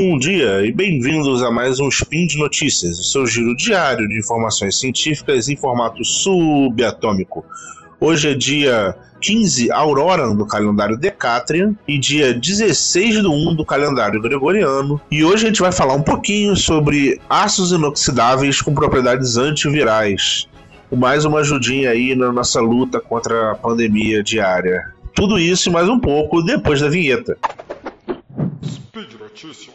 Bom dia e bem-vindos a mais um Spin de Notícias, o seu giro diário de informações científicas em formato subatômico. Hoje é dia 15 Aurora do calendário Decatrian e dia 16/1 do calendário Gregoriano. E hoje a gente vai falar um pouquinho sobre ácidos inoxidáveis com propriedades antivirais. Mais uma ajudinha aí na nossa luta contra a pandemia diária. Tudo isso e mais um pouco depois da vinheta. Speed Notícias.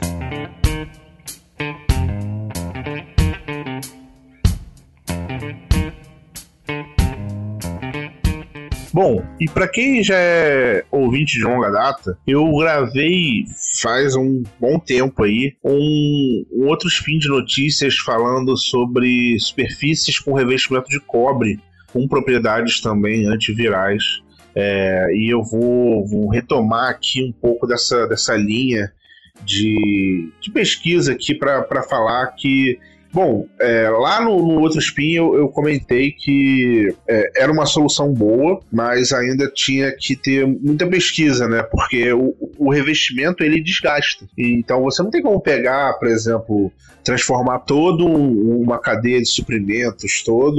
Bom, e para quem já é ouvinte de longa data, eu gravei faz um bom tempo aí um outro spin de notícias falando sobre superfícies com revestimento de cobre, com propriedades também antivirais. E eu vou retomar aqui um pouco dessa linha de pesquisa aqui para falar que, bom, lá no outro spin eu comentei que era uma solução boa, mas ainda tinha que ter muita pesquisa, né? Porque o revestimento ele desgasta. Então você não tem como pegar, por exemplo, transformar toda uma cadeia de suprimentos, toda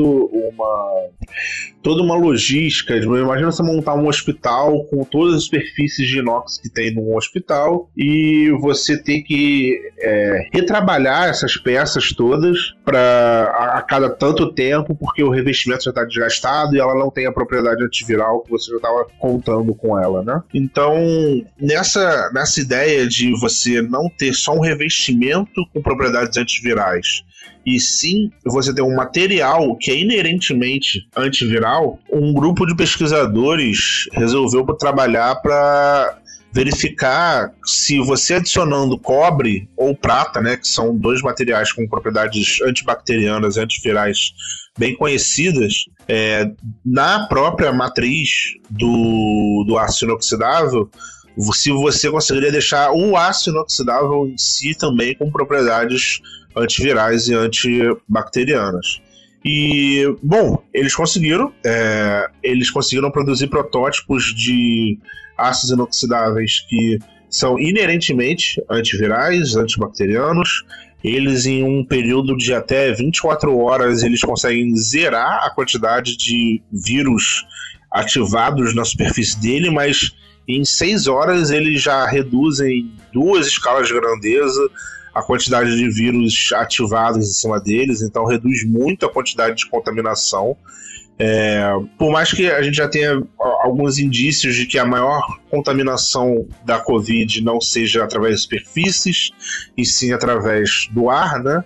uma logística. Imagina você montar um hospital com todas as superfícies de inox que tem num hospital e você tem que retrabalhar essas peças todas a cada tanto tempo, porque o revestimento já está desgastado e ela não tem a propriedade antiviral que você já estava contando com ela, né? Então, nessa ideia de você não ter só um revestimento com propriedades antivirais, e sim você ter um material que é inerentemente antiviral, um grupo de pesquisadores resolveu trabalhar para verificar se você adicionando cobre ou prata, né, que são dois materiais com propriedades antibacterianas e antivirais bem conhecidas, na própria matriz do ácido inoxidável, se você conseguiria deixar o ácido inoxidável em si também com propriedades antivirais e antibacterianas. E, bom, eles conseguiram produzir protótipos de ácidos inoxidáveis que são inerentemente antivirais, antibacterianos. Eles, em um período de até 24 horas, eles conseguem zerar a quantidade de vírus ativados na superfície dele, mas em 6 horas eles já reduzem em 2 escalas de grandeza a quantidade de vírus ativados em cima deles, então reduz muito a quantidade de contaminação. Por mais que a gente já tenha alguns indícios de que a maior contaminação da Covid não seja através de superfícies, e sim através do ar, né?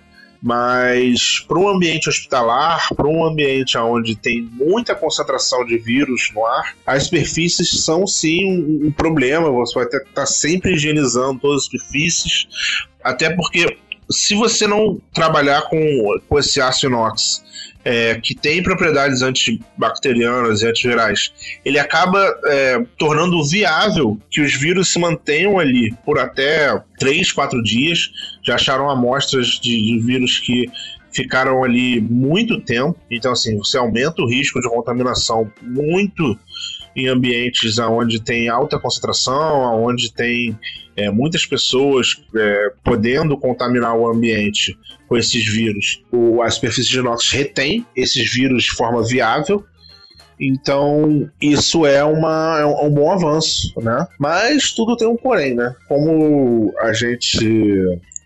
Mas para um ambiente hospitalar, para um ambiente onde tem muita concentração de vírus no ar, as superfícies são sim um problema. Você vai ter que estar sempre higienizando todas as superfícies, até porque se você não trabalhar com esse ácido inox, que tem propriedades antibacterianas e antivirais, ele acaba tornando viável que os vírus se mantenham ali por até 3, 4 dias. Já acharam amostras de vírus que ficaram ali muito tempo. Então, assim, você aumenta o risco de contaminação muito em ambientes onde tem alta concentração, onde tem muitas pessoas podendo contaminar o ambiente com esses vírus. A superfície de inox retém esses vírus de forma viável. Então, isso é um bom avanço, né? Mas tudo tem um porém, né? Como a gente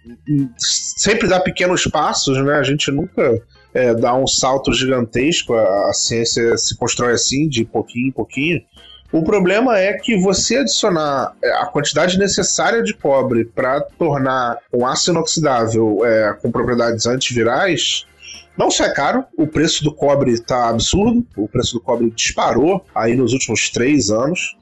sempre dá pequenos passos, né? A gente nunca dá um salto gigantesco. A ciência se constrói assim, de pouquinho em pouquinho. O problema é que você adicionar a quantidade necessária de cobre para tornar um ácido inoxidável com propriedades antivirais não só é caro. O preço do cobre está absurdo. O preço do cobre disparou aí nos últimos 3 anos.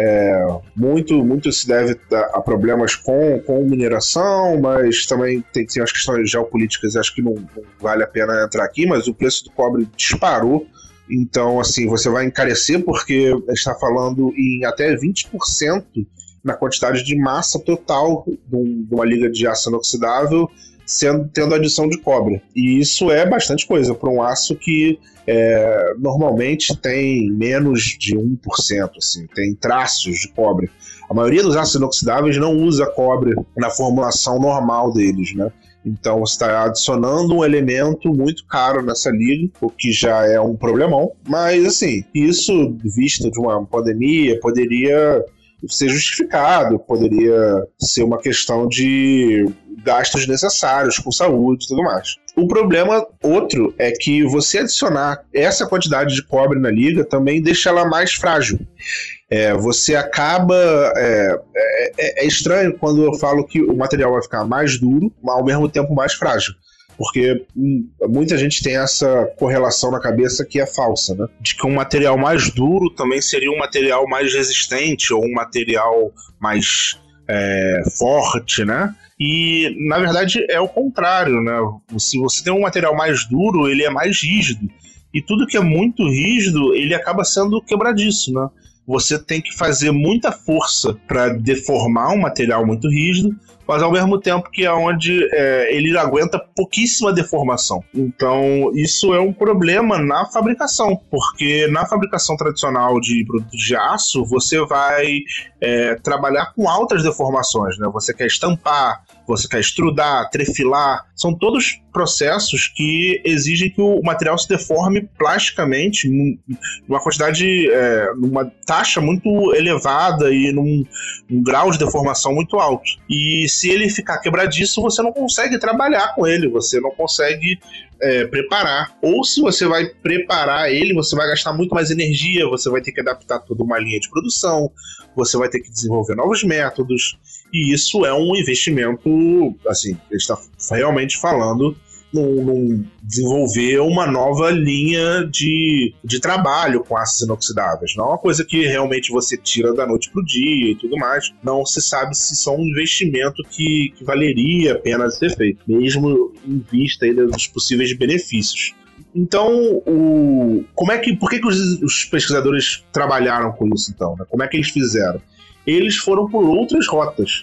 Muito se deve a problemas com mineração, mas também tem as questões geopolíticas, acho que não vale a pena entrar aqui, mas o preço do cobre disparou. Então, assim, você vai encarecer porque está falando em até 20% na quantidade de massa total de uma liga de ácido inoxidável tendo adição de cobre. E isso é bastante coisa para um aço que normalmente tem menos de 1%, assim, tem traços de cobre. A maioria dos aços inoxidáveis não usa cobre na formulação normal deles, né? Então você está adicionando um elemento muito caro nessa liga, o que já é um problemão. Mas, assim, isso, visto de uma pandemia, poderia ser justificado, poderia ser uma questão de gastos necessários com saúde e tudo mais. O problema outro é que você adicionar essa quantidade de cobre na liga também deixa ela mais frágil. Você acaba... É estranho quando eu falo que o material vai ficar mais duro, mas ao mesmo tempo mais frágil. Porque muita gente tem essa correlação na cabeça que é falsa, né? De que um material mais duro também seria um material mais resistente ou um material mais forte, né? E, na verdade, é o contrário, né? Se você tem um material mais duro, ele é mais rígido. E tudo que é muito rígido, ele acaba sendo quebradiço, né? Você tem que fazer muita força para deformar um material muito rígido, mas ao mesmo tempo que é onde ele aguenta pouquíssima deformação. Então, isso é um problema na fabricação, porque na fabricação tradicional de produtos de aço, você vai trabalhar com altas deformações, né? Você quer estampar, você quer extrudar, trefilar, são todos processos que exigem que o material se deforme plasticamente numa quantidade, numa taxa muito elevada e num grau de deformação muito alto. E se ele ficar quebradiço, você não consegue trabalhar com ele, você não consegue preparar. Ou se você vai preparar ele, você vai gastar muito mais energia, você vai ter que adaptar toda uma linha de produção, você vai ter que desenvolver novos métodos, e isso é um investimento, assim, a gente está realmente falando num desenvolver uma nova linha de trabalho com aços inoxidáveis. Não é uma coisa que realmente você tira da noite para o dia e tudo mais. Não se sabe se são um investimento que valeria a pena ser feito, mesmo em vista aí dos possíveis benefícios. Então, por que os pesquisadores trabalharam com isso, então? Né? Como é que eles fizeram? Eles foram por outras rotas.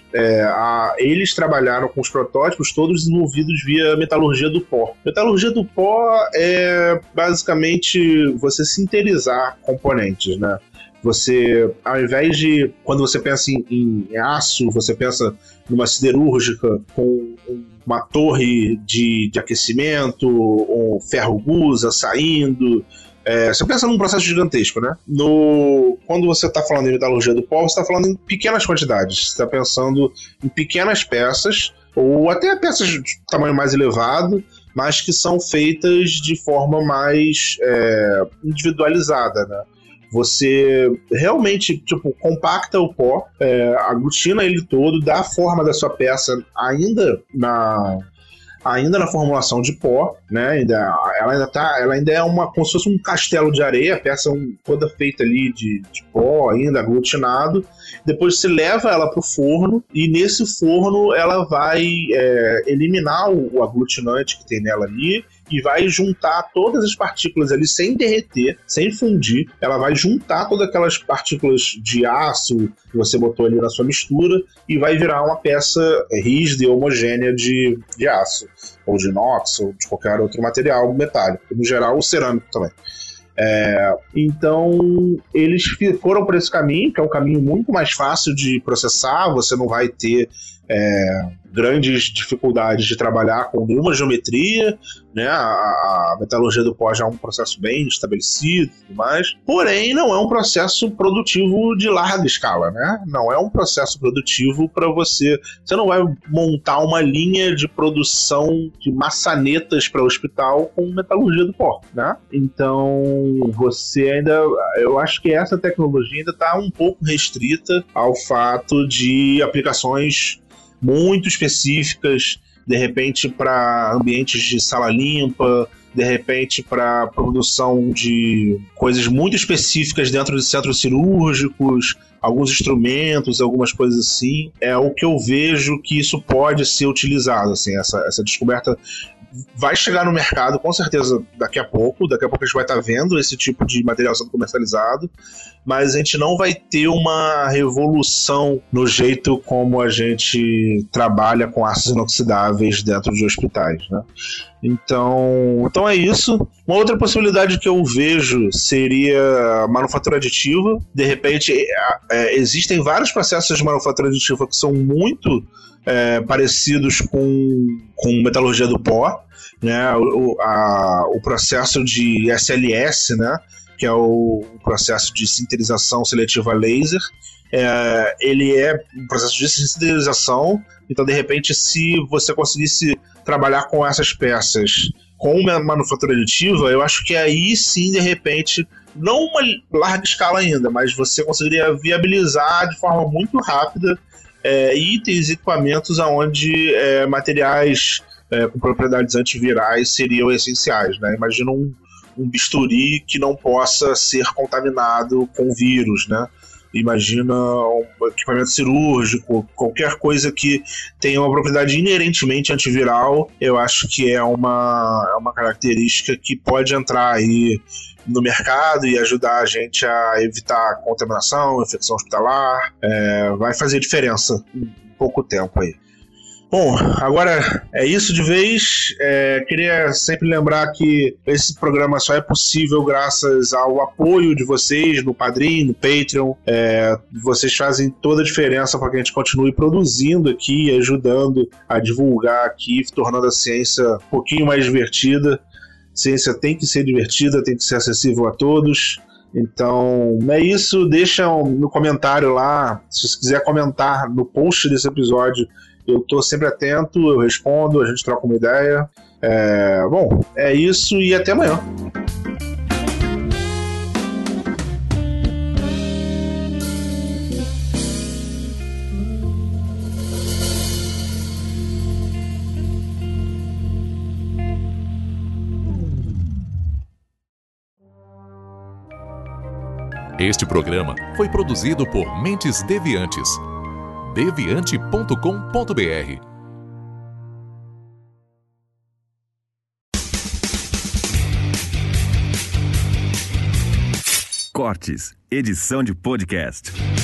Eles trabalharam com os protótipos todos desenvolvidos via metalurgia do pó. Metalurgia do pó é basicamente você sinterizar componentes, né? Você, ao invés de... Quando você pensa em aço, você pensa numa siderúrgica com uma torre de aquecimento, um ferro gusa saindo... Você pensa num processo gigantesco, né? Quando você está falando em metalurgia do pó, você está falando em pequenas quantidades. Você está pensando em pequenas peças, ou até peças de tamanho mais elevado, mas que são feitas de forma mais individualizada, né? Você realmente compacta o pó, aglutina ele todo, dá a forma da sua peça ainda na formulação de pó, né? Ela ainda é como se fosse um castelo de areia, a peça toda feita ali de pó, ainda aglutinado. Depois você leva ela para o forno, e nesse forno ela vai eliminar o aglutinante que tem nela ali, e vai juntar todas as partículas ali sem derreter, sem fundir. Ela vai juntar todas aquelas partículas de aço que você botou ali na sua mistura e vai virar uma peça rígida e homogênea de aço, ou de inox, ou de qualquer outro material metálico, no geral o cerâmico também. Então eles foram por esse caminho, que é um caminho muito mais fácil de processar. Você não vai ter grandes dificuldades de trabalhar com nenhuma geometria, né? A metalurgia do pó já é um processo bem estabelecido e tudo mais, porém não é um processo produtivo de larga escala, né? Não é um processo produtivo para você não vai montar uma linha de produção de maçanetas para o hospital com metalurgia do pó, né? Então eu acho que essa tecnologia ainda está um pouco restrita ao fato de aplicações muito específicas, de repente para ambientes de sala limpa, de repente para produção de coisas muito específicas dentro de centros cirúrgicos, alguns instrumentos, algumas coisas assim, é o que eu vejo que isso pode ser utilizado, assim, essa descoberta vai chegar no mercado, com certeza, daqui a pouco a gente vai estar vendo esse tipo de material sendo comercializado, mas a gente não vai ter uma revolução no jeito como a gente trabalha com aços inoxidáveis dentro de hospitais, né? Então é isso. Uma outra possibilidade que eu vejo seria a manufatura aditiva. De repente, existem vários processos de manufatura aditiva que são muito parecidos com metalurgia do pó, né? O processo de SLS, né? Que é o processo de sinterização seletiva laser. Ele é um processo de sintetização. Então, de repente, se você conseguisse trabalhar com essas peças com uma manufatura aditiva, eu acho que aí sim, de repente, não uma larga escala ainda, mas você conseguiria viabilizar de forma muito rápida itens e equipamentos onde materiais com propriedades antivirais seriam essenciais, né? Imagina um bisturi que não possa ser contaminado com vírus, né? Imagina um equipamento cirúrgico, qualquer coisa que tenha uma propriedade inerentemente antiviral, eu acho que é uma característica que pode entrar aí no mercado e ajudar a gente a evitar contaminação, infecção hospitalar, vai fazer diferença em pouco tempo aí. Bom, agora é isso de vez. Queria sempre lembrar que esse programa só é possível graças ao apoio de vocês no Padrim, no Patreon. Vocês fazem toda a diferença para que a gente continue produzindo aqui, ajudando a divulgar aqui, tornando a ciência um pouquinho mais divertida. Ciência tem que ser divertida, tem que ser acessível a todos. Então, é isso. Deixa no comentário lá, se você quiser comentar no post desse episódio, eu estou sempre atento, eu respondo, a gente troca uma ideia. Bom, é isso e até amanhã. Este programa foi produzido por Mentes Deviantes. deviante.com.br. Cortes, edição de podcast.